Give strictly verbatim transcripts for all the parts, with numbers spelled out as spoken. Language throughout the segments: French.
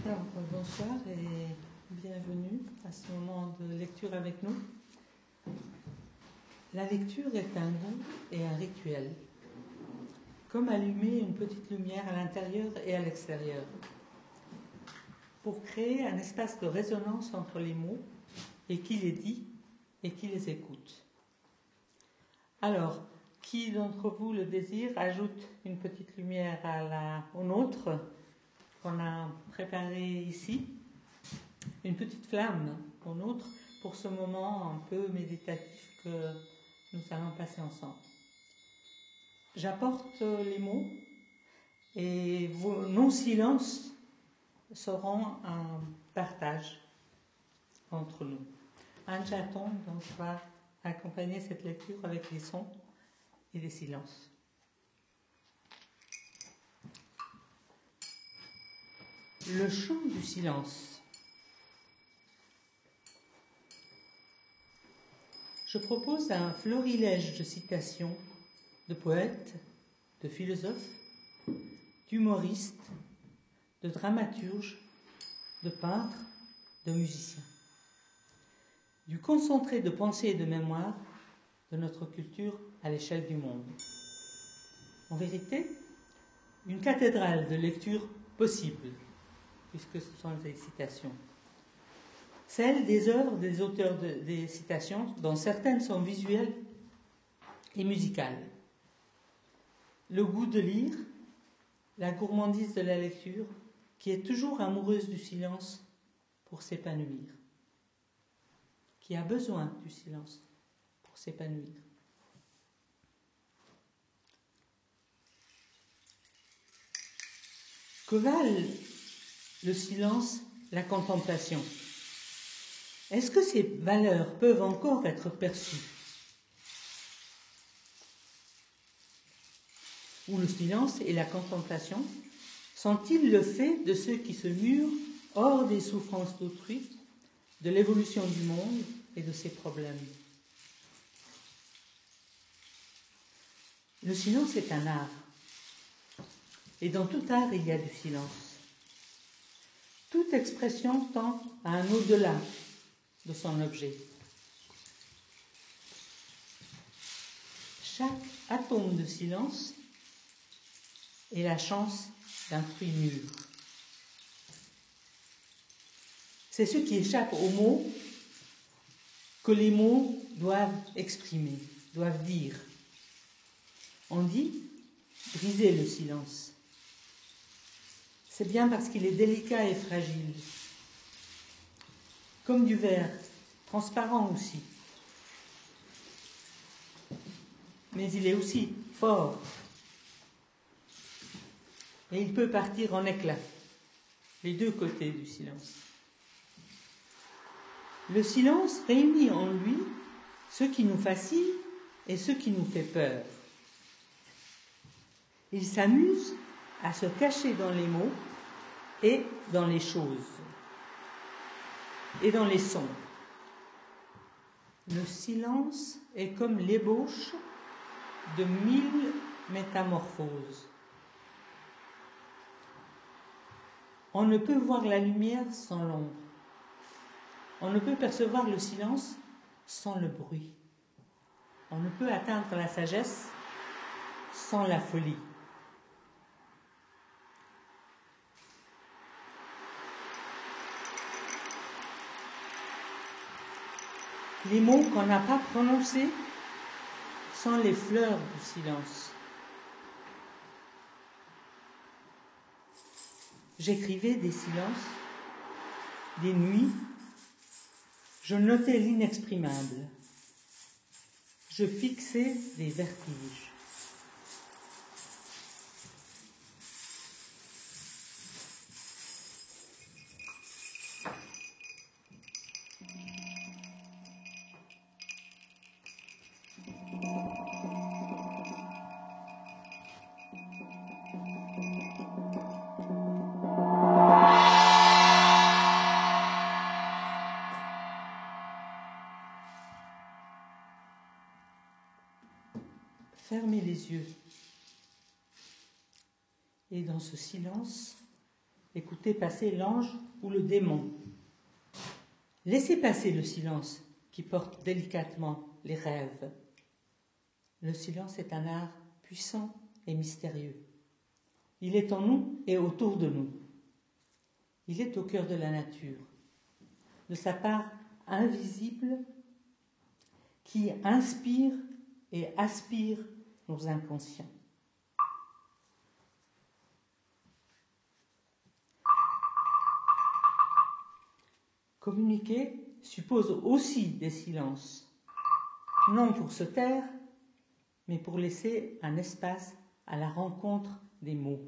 Alors, bonsoir et bienvenue à ce moment de lecture avec nous. La lecture est un goût et un rituel, comme allumer une petite lumière à l'intérieur et à l'extérieur, pour créer un espace de résonance entre les mots et qui les dit et qui les écoute. Alors, qui d'entre vous le désire ajoute une petite lumière à la, au nôtre qu'on a préparé ici, une petite flamme au nôtre pour ce moment un peu méditatif que nous allons passer ensemble. J'apporte les mots et vos non-silences seront un partage entre nous. Un chaton donc va accompagner cette lecture avec les sons et les silences. Le chant du silence. Je propose un florilège de citations de poètes, de philosophes, d'humoristes, de dramaturges, de peintres, de musiciens. Du concentré de pensée et de mémoire de notre culture à l'échelle du monde. En vérité, une cathédrale de lecture possible, puisque ce sont des citations. Celles des œuvres des auteurs de, des citations, dont certaines sont visuelles et musicales. Le goût de lire, la gourmandise de la lecture, qui est toujours amoureuse du silence pour s'épanouir, qui a besoin du silence pour s'épanouir. Que valent le silence, la contemplation? Est-ce que ces valeurs peuvent encore être perçues? Ou le silence et la contemplation sont-ils le fait de ceux qui se murent hors des souffrances d'autrui, de l'évolution du monde et de ses problèmes? Le silence est un art. Et dans tout art, il y a du silence. Toute expression tend à un au-delà de son objet. Chaque atome de silence est la chance d'un fruit mûr. C'est ce qui échappe aux mots que les mots doivent exprimer, doivent dire. On dit briser le silence. C'est bien parce qu'il est délicat et fragile, comme du verre, transparent aussi. Mais il est aussi fort. Et il peut partir en éclats, les deux côtés du silence. Le silence réunit en lui ce qui nous fascine et ce qui nous fait peur. Il s'amuse à se cacher dans les mots et dans les choses et dans les sons. Le silence est comme l'ébauche de mille métamorphoses. On ne peut voir la lumière sans l'ombre. On ne peut percevoir le silence sans le bruit. On ne peut atteindre la sagesse sans la folie. Les mots qu'on n'a pas prononcés sont les fleurs du silence. J'écrivais des silences, des nuits, je notais l'inexprimable, je fixais des vertiges. Fermez les yeux. Et dans ce silence, écoutez passer l'ange ou le démon. Laissez passer le silence qui porte délicatement les rêves. Le silence est un art puissant et mystérieux. Il est en nous et autour de nous. Il est au cœur de la nature, de sa part invisible qui inspire et aspire nos inconscients. Communiquer suppose aussi des silences, non pour se taire, mais pour laisser un espace à la rencontre des mots.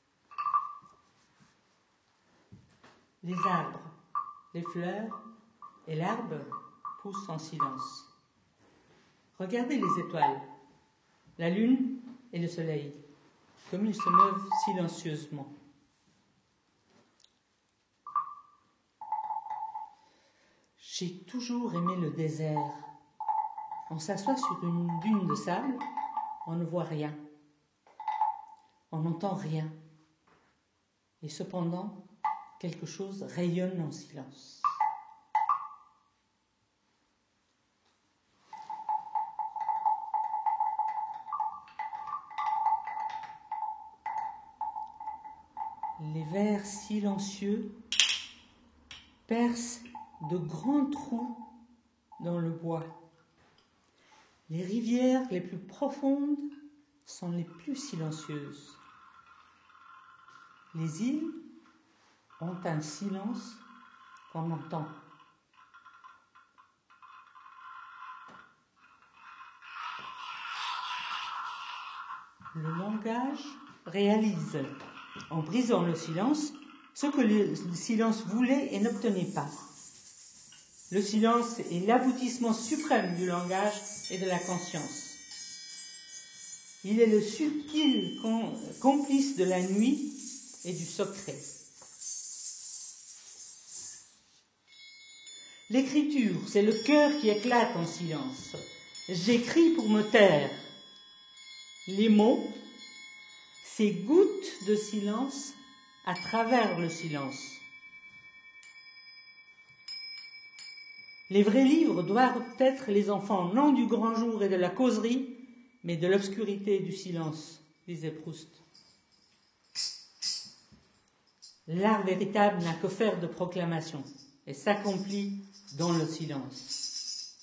Les arbres, les fleurs et l'arbre poussent en silence. Regardez les étoiles, la lune et le soleil, comme ils se meuvent silencieusement. J'ai toujours aimé le désert. On s'assoit sur une dune de sable, on ne voit rien, on n'entend rien. Et cependant, quelque chose rayonne en silence. Les vers silencieux percent de grands trous dans le bois. Les rivières les plus profondes sont les plus silencieuses. Les îles ont un silence qu'on entend. Le langage réalise, en brisant le silence, ce que le silence voulait et n'obtenait pas. Le silence est l'aboutissement suprême du langage et de la conscience. Il est le subtil complice de la nuit et du secret. L'écriture, c'est le cœur qui éclate en silence. J'écris pour me taire. Les mots, ces gouttes de silence à travers le silence. Les vrais livres doivent être les enfants, non du grand jour et de la causerie, mais de l'obscurité et du silence, disait Proust. L'art véritable n'a que faire de proclamation et s'accomplit dans le silence.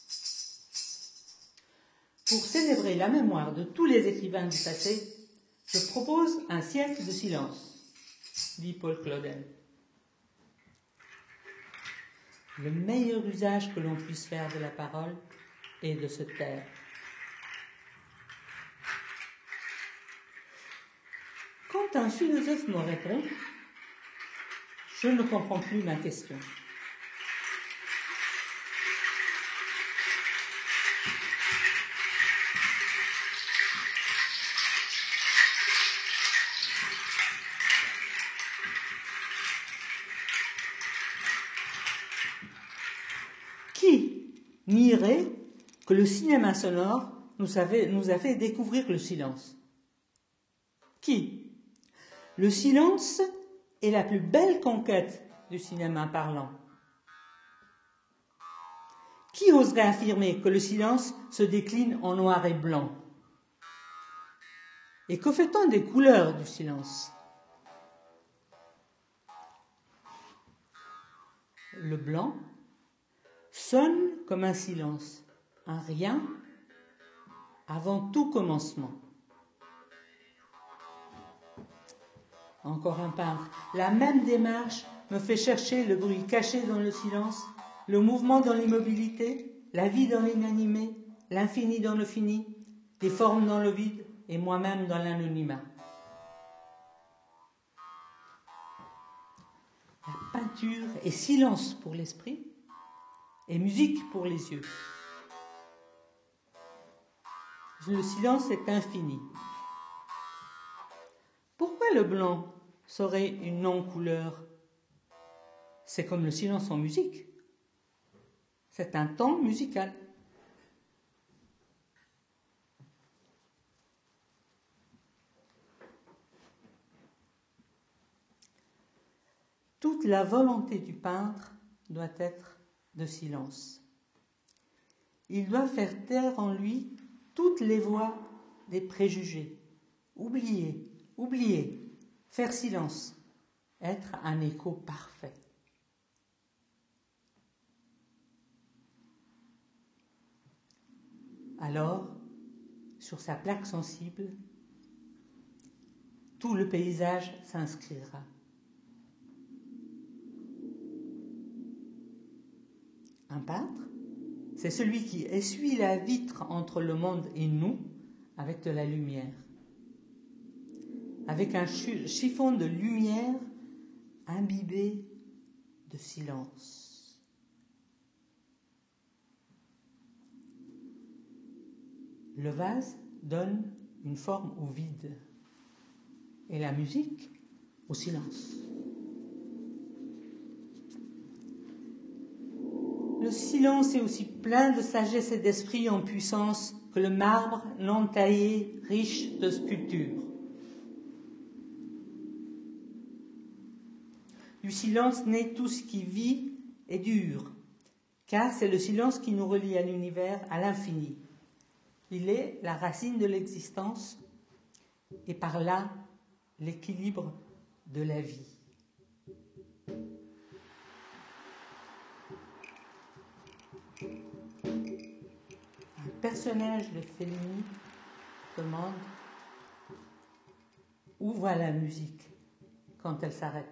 Pour célébrer la mémoire de tous les écrivains du passé, je propose un siècle de silence, dit Paul Claudel. Le meilleur usage que l'on puisse faire de la parole est de se taire. Quand un philosophe me répond, je ne comprends plus ma question. Qui nierait que le cinéma sonore nous, avait, nous a fait découvrir le silence? Qui? Le silence est la plus belle conquête du cinéma parlant. Qui oserait affirmer que le silence se décline en noir et blanc? Et que fait-on des couleurs du silence? Le blanc sonne comme un silence, un rien avant tout commencement. Encore un peintre. La même démarche me fait chercher le bruit caché dans le silence, le mouvement dans l'immobilité, la vie dans l'inanimé, l'infini dans le fini, les formes dans le vide et moi-même dans l'anonymat. La peinture est silence pour l'esprit et musique pour les yeux. Le silence est infini. Pourquoi le blanc serait une non-couleur? C'est comme le silence en musique. C'est un temps musical. la volonté du peintre doit être de silence. Il doit faire taire en lui toutes les voix des préjugés. Oublier, oublier, faire silence, être un écho parfait. Alors, sur sa plaque sensible, tout le paysage s'inscrira. Un peintre, c'est celui qui essuie la vitre entre le monde et nous avec de la lumière. Avec un chiffon de lumière imbibé de silence. Le vase donne une forme au vide et la musique au silence. Le silence est aussi plein de sagesse et d'esprit en puissance que le marbre non taillé, riche de sculptures. Du silence naît tout ce qui vit et dure, car c'est le silence qui nous relie à l'univers, à l'infini. Il est la racine de l'existence et par là l'équilibre de la vie. Un personnage de Fellini demande où va la musique quand elle s'arrête.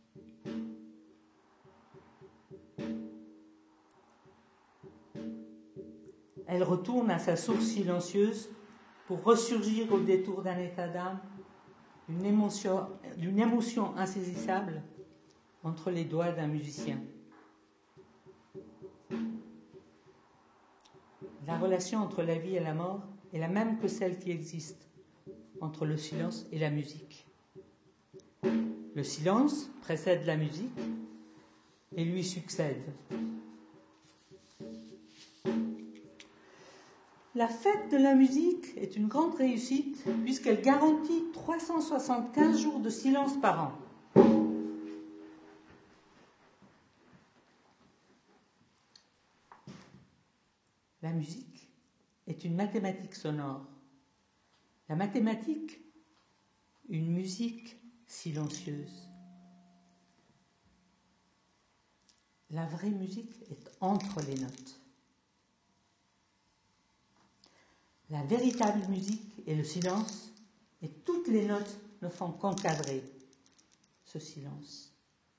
Elle retourne à sa source silencieuse pour ressurgir au détour d'un état d'âme, d'une émotion, d'une émotion insaisissable entre les doigts d'un musicien. La relation entre la vie et la mort est la même que celle qui existe entre le silence et la musique. Le silence précède la musique et lui succède. La fête de la musique est une grande réussite puisqu'elle garantit trois cent soixante-quinze jours de silence par an. La musique est une mathématique sonore. La mathématique, une musique silencieuse. La vraie musique est entre les notes. La véritable musique est le silence, et toutes les notes ne font qu'encadrer ce silence.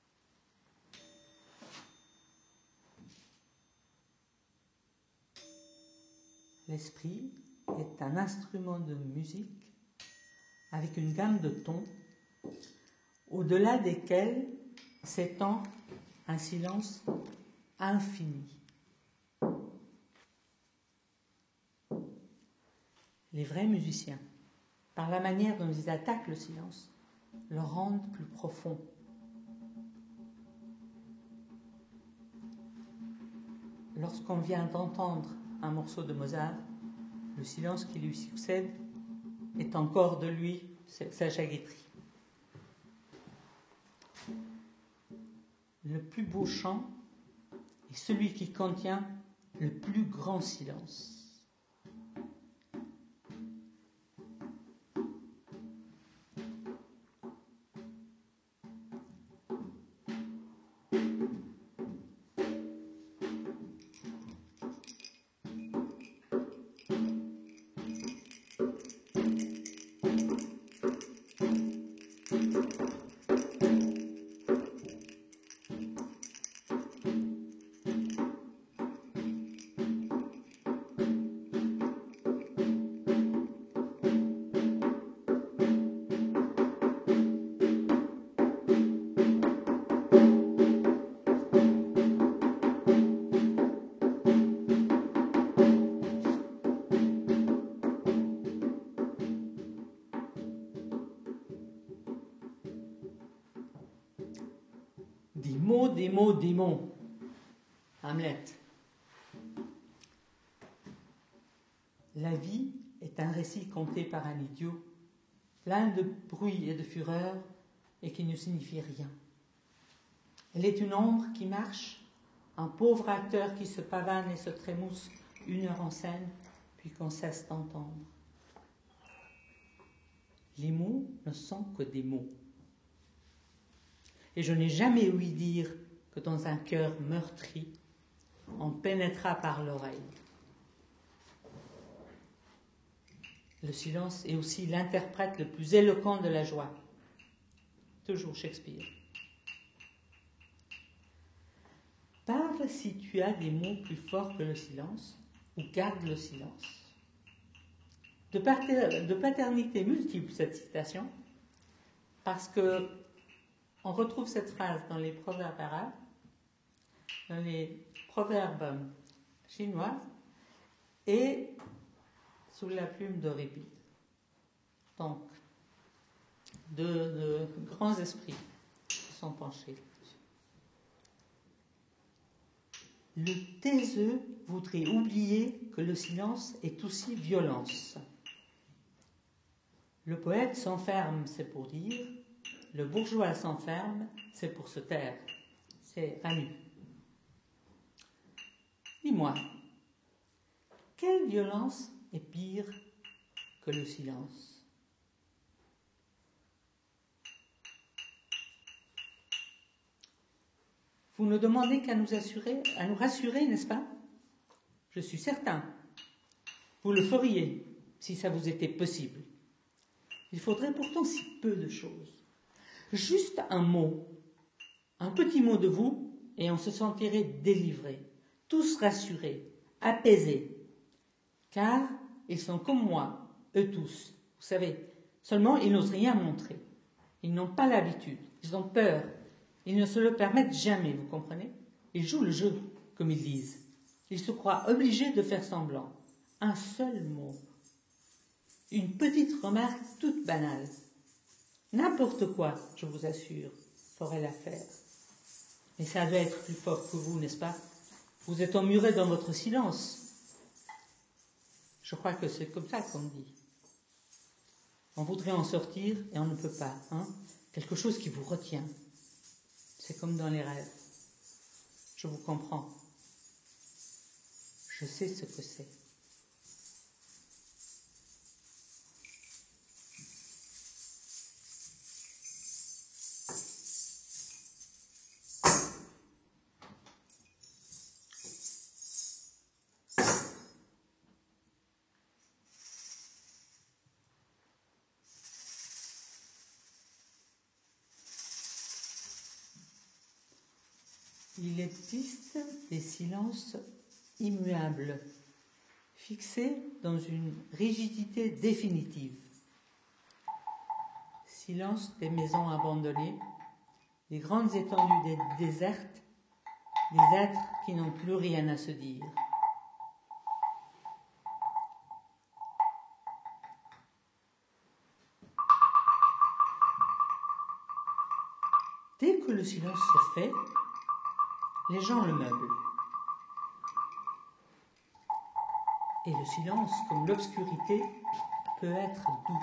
L'esprit est un instrument de musique avec une gamme de tons, au-delà desquels s'étend un silence infini. Les vrais musiciens, par la manière dont ils attaquent le silence, le rendent plus profond. Lorsqu'on vient d'entendre un morceau de Mozart, le silence qui lui succède est encore de lui sa chagueterie. Le plus beau chant est celui qui contient le plus grand silence. Des mots, des mots, des mots. Hamlet. La vie est un récit conté par un idiot, plein de bruit et de fureur, et qui ne signifie rien. Elle est une ombre qui marche, un pauvre acteur qui se pavane et se trémousse une heure en scène, puis qu'on cesse d'entendre. Les mots ne sont que des mots. Et je n'ai jamais ouï dire que dans un cœur meurtri, on pénétra par l'oreille. Le silence est aussi l'interprète le plus éloquent de la joie. Toujours Shakespeare. Parle si tu as des mots plus forts que le silence, ou garde le silence. De, pater- de paternité multiple, cette citation, parce que on retrouve cette phrase dans les proverbes arabes, dans les proverbes chinois, et sous la plume d'Euripide. Donc, de, de grands esprits se sont penchés. Le taiseux voudrait oublier que le silence est aussi violence. Le poète s'enferme, c'est pour dire, le bourgeois s'enferme, c'est pour se taire. C'est Ramu. Dis-moi, quelle violence est pire que le silence? Vous ne demandez qu'à nous assurer, à nous rassurer, n'est-ce pas? Je suis certain. Vous le feriez si ça vous était possible. Il faudrait pourtant si peu de choses. Juste un mot, un petit mot de vous, et on se sentirait délivrés, tous rassurés, apaisés. Car ils sont comme moi, eux tous. Vous savez, seulement ils n'osent rien montrer. Ils n'ont pas l'habitude, ils ont peur. Ils ne se le permettent jamais, vous comprenez? Ils jouent le jeu, comme ils disent. Ils se croient obligés de faire semblant. Un seul mot. Une petite remarque toute banale. N'importe quoi, je vous assure, ferait l'affaire. Mais ça doit être plus fort que vous, n'est-ce pas? Vous êtes emmurés dans votre silence. Je crois que c'est comme ça qu'on dit. On voudrait en sortir et on ne peut pas. Hein? Quelque chose qui vous retient. C'est comme dans les rêves. Je vous comprends. Je sais ce que c'est. Il existe des silences immuables, fixés dans une rigidité définitive. Silence des maisons abandonnées, des grandes étendues désertes, des êtres qui n'ont plus rien à se dire. Dès que le silence se fait, les gens le meublent. Et le silence, comme l'obscurité, peut être doux.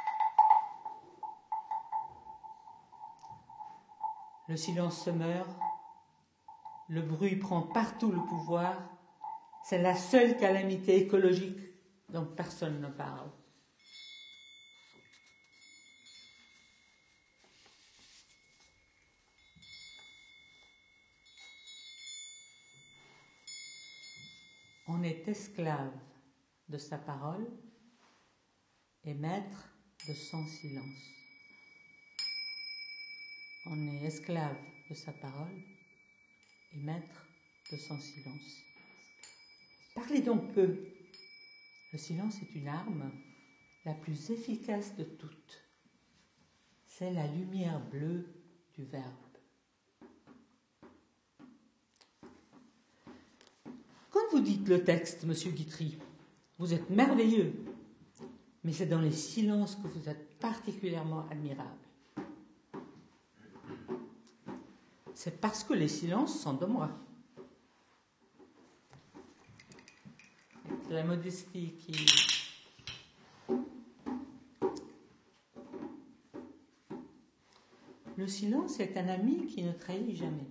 Le silence se meurt, le bruit prend partout le pouvoir, c'est la seule calamité écologique dont personne ne parle. On est esclave de sa parole et maître de son silence. On est esclave de sa parole et maître de son silence. Parlez donc peu. Le silence est une arme, la plus efficace de toutes. C'est la lumière bleue du Verbe. Quand vous dites le texte, Monsieur Guitry, vous êtes merveilleux, mais c'est dans les silences que vous êtes particulièrement admirable. C'est parce que les silences sont de moi. C'est la modestie qui... Le silence est un ami qui ne trahit jamais.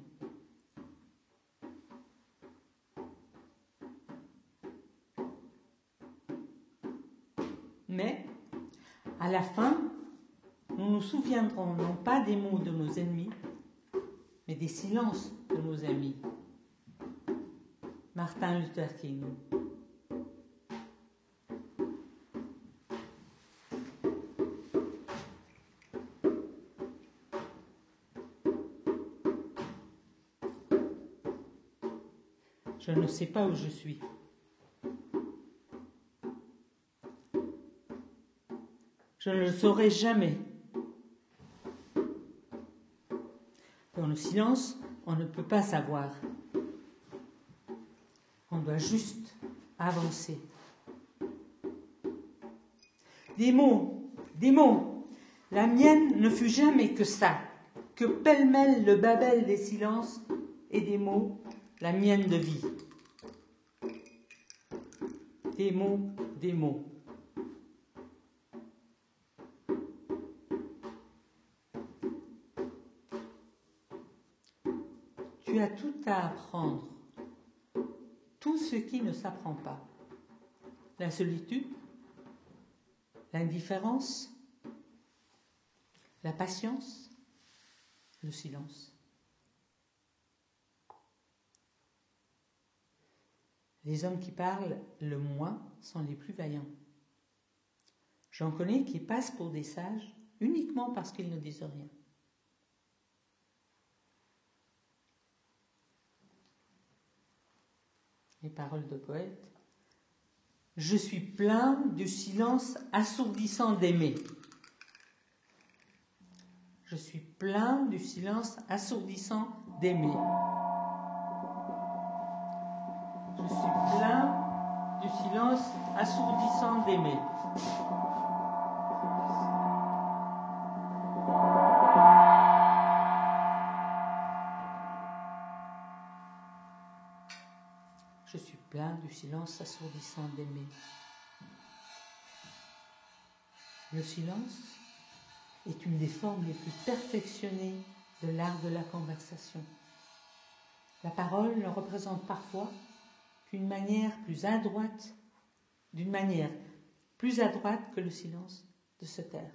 Mais, à la fin, nous nous souviendrons non pas des mots de nos ennemis, mais des silences de nos amis. Martin Luther King. Je ne sais pas où je suis. Je ne le saurai jamais. Dans le silence, on ne peut pas savoir. On doit juste avancer. Des mots, des mots. La mienne ne fut jamais que ça, que pêle-mêle le babel des silences et des mots, la mienne de vie. Des mots, des mots. Tu as tout à apprendre, tout ce qui ne s'apprend pas. La solitude, l'indifférence, la patience, le silence. Les hommes qui parlent le moins sont les plus vaillants. J'en connais qui passent pour des sages uniquement parce qu'ils ne disent rien. Les paroles de poète. Je suis plein du silence assourdissant d'aimer. Je suis plein du silence assourdissant d'aimer. Je suis plein du silence assourdissant d'aimer. Je suis plein du silence assourdissant d'aimer. Le silence est une des formes les plus perfectionnées de l'art de la conversation. La parole ne représente parfois qu'une manière plus adroite, d'une manière plus adroite que le silence de se taire.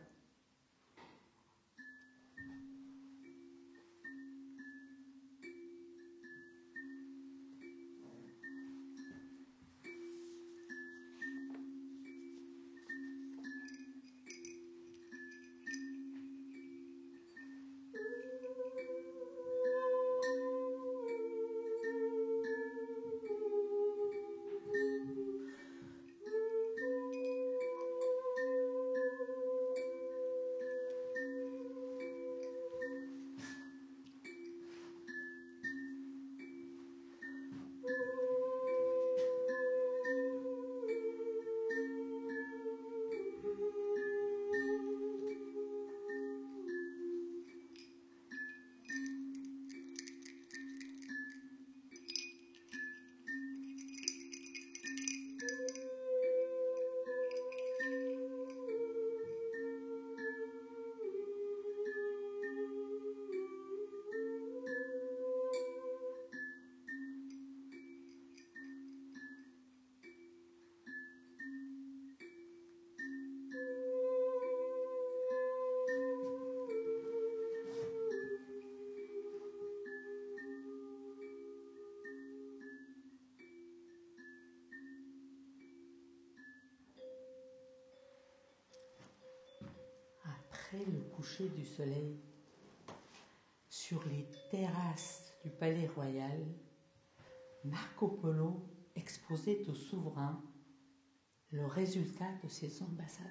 Après le coucher du soleil, sur les terrasses du palais royal, Marco Polo exposait au souverain le résultat de ses ambassades.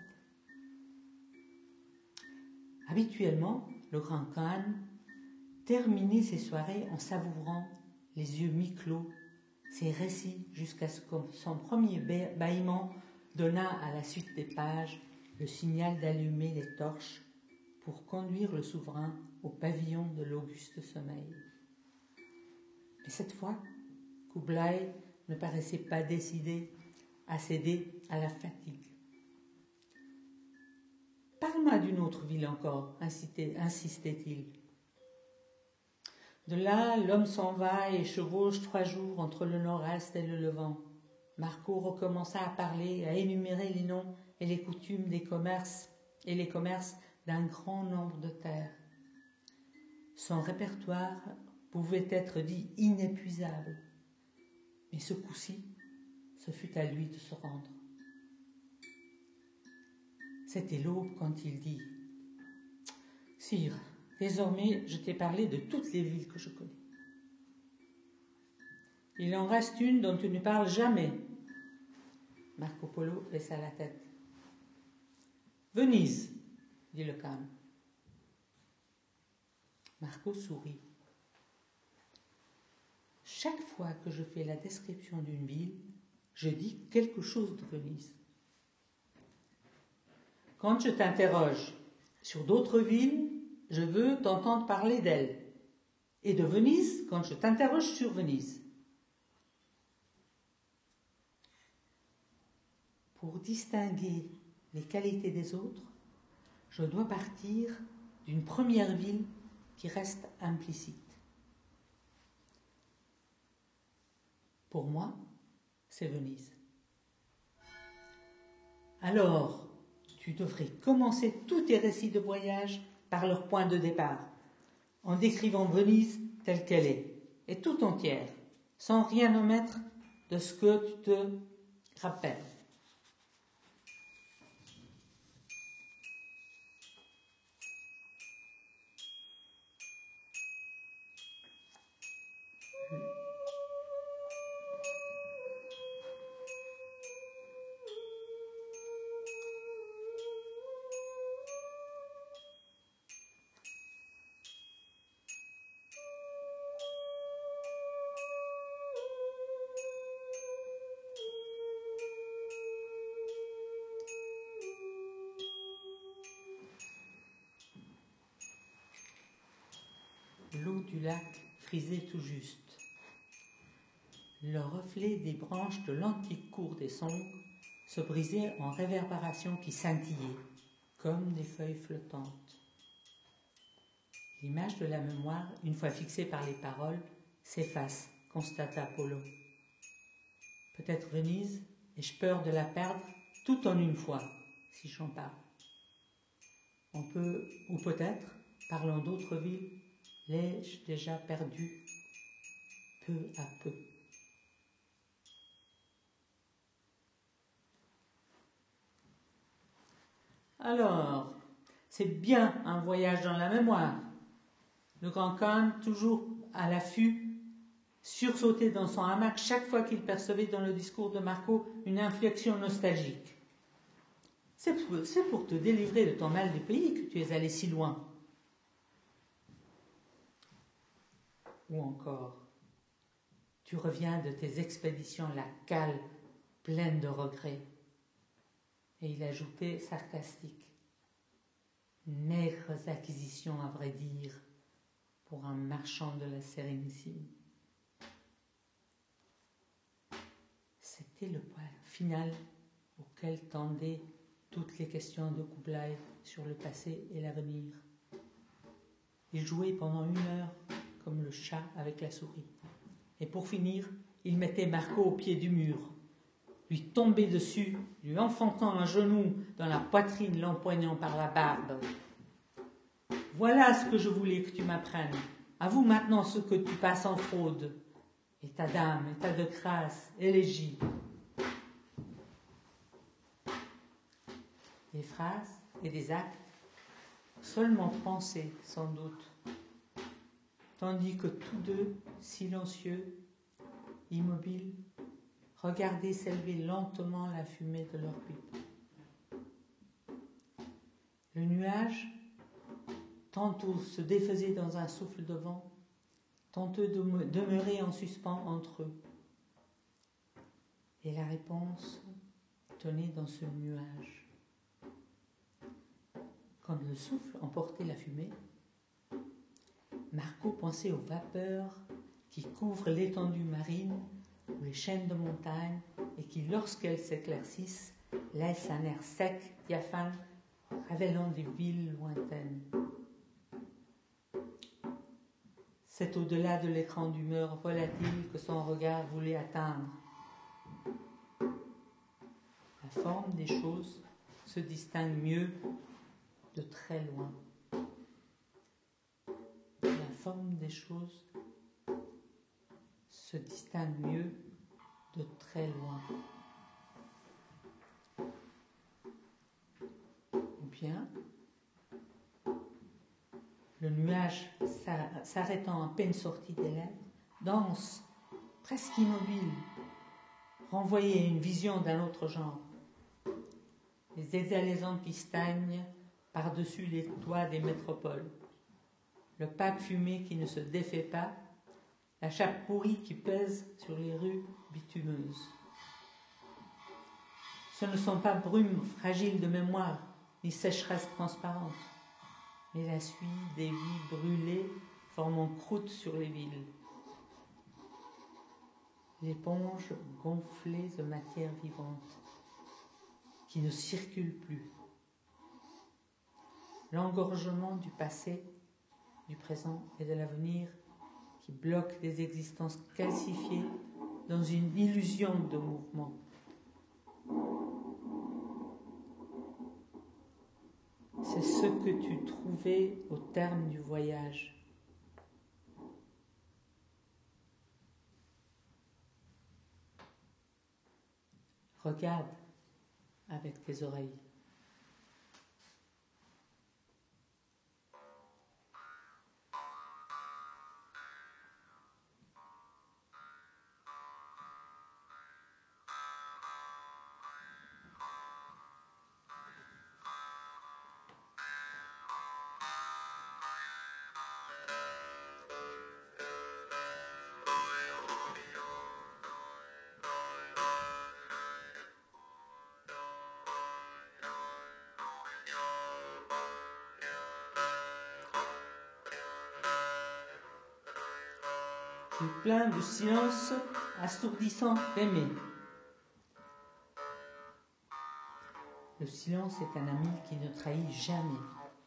Habituellement, le grand Khan terminait ses soirées en savourant, les yeux mi-clos, ses récits jusqu'à ce que son premier bâillement donnât à la suite des pages le signal d'allumer les torches pour conduire le souverain au pavillon de l'auguste sommeil. Mais cette fois, Kublai ne paraissait pas décidé à céder à la fatigue. « Parle-moi d'une autre ville encore, insistait-il. De là, l'homme s'en va et chevauche trois jours entre le nord-est et le levant. Marco recommença à parler, à énumérer les noms et les coutumes des commerces et les commerces d'un grand nombre de terres. Son répertoire pouvait être dit inépuisable, mais ce coup-ci, ce fut à lui de se rendre. C'était l'aube quand il dit « Sire, désormais je t'ai parlé de toutes les villes que je connais. Il en reste une dont tu ne parles jamais. » Marco Polo baissa la tête. « Venise, dit le khan. Marco sourit. Chaque fois que je fais la description d'une ville, je dis quelque chose de Venise. Quand je t'interroge sur d'autres villes, je veux t'entendre parler d'elles. Et de Venise, quand je t'interroge sur Venise. Pour distinguer les qualités des autres, je dois partir d'une première ville qui reste implicite. Pour moi, c'est Venise. Alors, tu devrais commencer tous tes récits de voyage par leur point de départ, en décrivant Venise telle qu'elle est, et tout entière, sans rien omettre de ce que tu te rappelles. L'eau du lac frisait tout juste. Le reflet des branches de l'antique cour des Song se brisait en réverbérations qui scintillaient, comme des feuilles flottantes. L'image de la mémoire, une fois fixée par les paroles, s'efface, constata Polo. Peut-être Venise, ai-je peur de la perdre tout en une fois, si j'en parle. On peut, ou peut-être, parlant d'autres villes, l'ai-je déjà perdu peu à peu. Alors, c'est bien un voyage dans la mémoire. Le grand Khan, toujours à l'affût, sursautait dans son hamac chaque fois qu'il percevait dans le discours de Marco une inflexion nostalgique. C'est pour, c'est pour te délivrer de ton mal du pays que tu es allé si loin. Ou encore, tu reviens de tes expéditions la cale, pleine de regrets. Et il ajoutait sarcastique. Maigres acquisitions, à vrai dire, pour un marchand de la Sérénissime. C'était le point final auquel tendaient toutes les questions de Kublai sur le passé et l'avenir. Il jouait pendant une heure comme le chat avec la souris. Et pour finir, il mettait Marco au pied du mur, lui tombait dessus, lui enfantant un genou dans la poitrine, l'empoignant par la barbe. Voilà ce que je voulais que tu m'apprennes. Avoue maintenant ce que tu passes en fraude. État d'âme, état de grâce, élégie. Des phrases et des actes, seulement pensés sans doute, tandis que tous deux, silencieux, immobiles, regardaient s'élever lentement la fumée de leur pipe. Le nuage, tantôt se défaisait dans un souffle de vent, tantôt demeurait en suspens entre eux. Et la réponse tenait dans ce nuage. Quand le souffle emportait la fumée, Marco pensait aux vapeurs qui couvrent l'étendue marine ou les chaînes de montagnes et qui, lorsqu'elles s'éclaircissent, laissent un air sec, diaphane, révélant des villes lointaines. Cette peut-être au-delà de l'écran d'humeur volatile que son regard voulait atteindre. La forme des choses se distingue mieux de très loin. La forme des choses se distingue mieux de très loin. Ou bien, le nuage s'arrêtant à peine sorti des lèvres, dense, presque immobile, renvoyait une vision d'un autre genre. Les exhalaisons qui stagnent par-dessus les toits des métropoles, le pape fumé qui ne se défait pas, la chape pourrie qui pèse sur les rues bitumeuses. Ce ne sont pas brumes fragiles de mémoire, ni sécheresses transparentes, mais la suie des vies brûlées formant croûte sur les villes. L'éponge gonflée de matière vivante, qui ne circule plus. L'engorgement du passé, du présent et de l'avenir qui bloque des existences calcifiées dans une illusion de mouvement. C'est ce que tu trouvais au terme du voyage. Regarde avec tes oreilles. Tu es plein de silence assourdissant d'aimer. Le silence est un ami qui ne trahit jamais.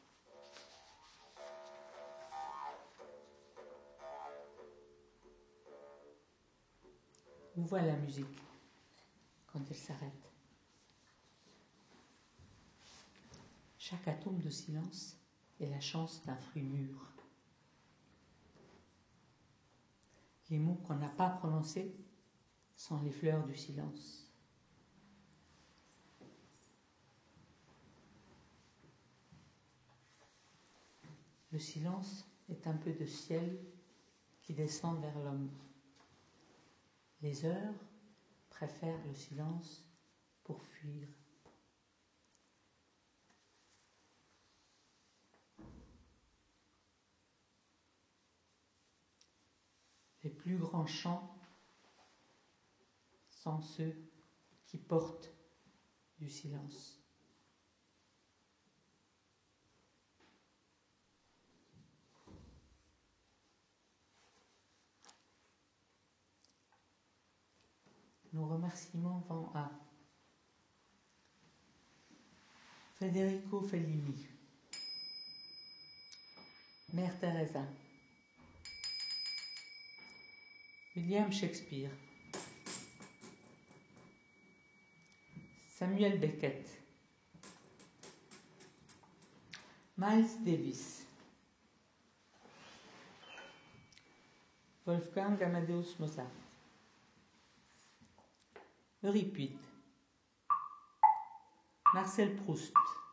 Où va la musique quand elle s'arrête? Chaque atome de silence est la chance d'un fruit mûr. Les mots qu'on n'a pas prononcés sont les fleurs du silence. Le silence est un peu de ciel qui descend vers l'homme. Les heures préfèrent le silence pour fuir. Les plus grands chants sont ceux qui portent du silence. Nos remerciements vont à Federico Fellini, Mère Teresa, William Shakespeare, Samuel Beckett, Miles Davis, Wolfgang Amadeus Mozart, Euripide, Marcel Proust,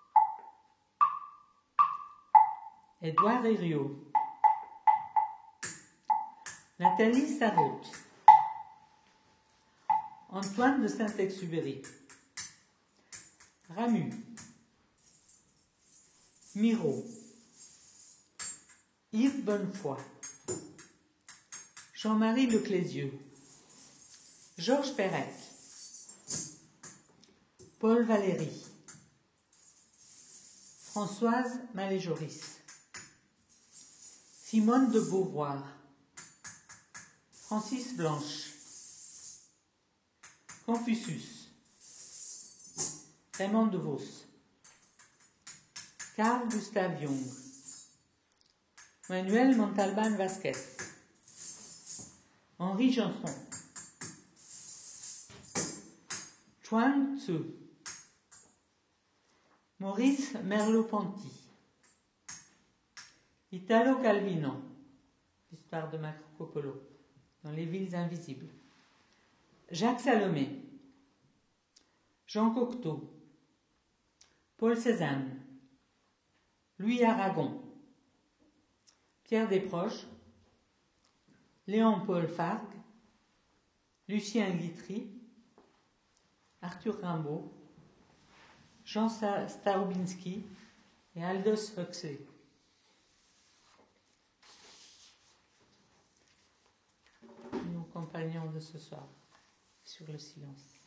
Édouard Herriot, Nathalie Sarraute, Antoine de Saint-Exupéry, Ramu, Miro, Yves Bonnefoy, Jean-Marie Leclésieux, Georges Perec, Paul Valéry, Françoise Malé-Joris, Simone de Beauvoir, Francis Blanche, Confucius, Raymond DeVos, Carl Gustav Jung, Manuel Montalbán Vázquez, Henri Janson. Chuang Tzu. Maurice Merleau-Ponty. Italo Calvino. L'histoire de Marco Polo. Dans les villes invisibles. Jacques Salomé. Jean Cocteau. Paul Cézanne. Louis Aragon. Pierre Desproges. Léon-Paul Fargue. Lucien Guitry. Arthur Rimbaud. Jean Staubinski et Aldous Huxley. Nos compagnons de ce soir sur le silence.